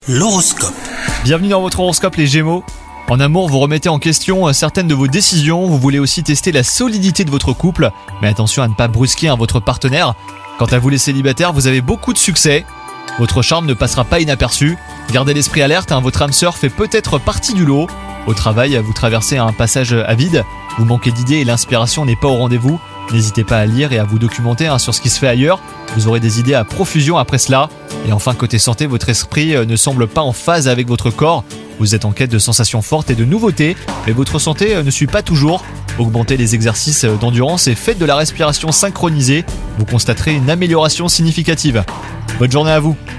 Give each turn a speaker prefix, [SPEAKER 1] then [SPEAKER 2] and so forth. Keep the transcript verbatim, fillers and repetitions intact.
[SPEAKER 1] L'horoscope.
[SPEAKER 2] Bienvenue dans votre horoscope les Gémeaux. En amour, vous remettez en question certaines de vos décisions, vous voulez aussi tester la solidité de votre couple, mais attention à ne pas brusquer hein, votre partenaire. Quant à vous les célibataires, vous avez beaucoup de succès. Votre charme ne passera pas inaperçu. Gardez l'esprit alerte, hein, votre âme sœur fait peut-être partie du lot. Au travail, vous traversez un passage à vide, vous manquez d'idées et l'inspiration n'est pas au rendez-vous. N'hésitez pas à lire et à vous documenter hein, sur ce qui se fait ailleurs. Vous aurez des idées à profusion après cela. Et enfin, côté santé, votre esprit ne semble pas en phase avec votre corps. Vous êtes en quête de sensations fortes et de nouveautés, mais votre santé ne suit pas toujours. Augmentez les exercices d'endurance et faites de la respiration synchronisée. Vous constaterez une amélioration significative. Bonne journée à vous!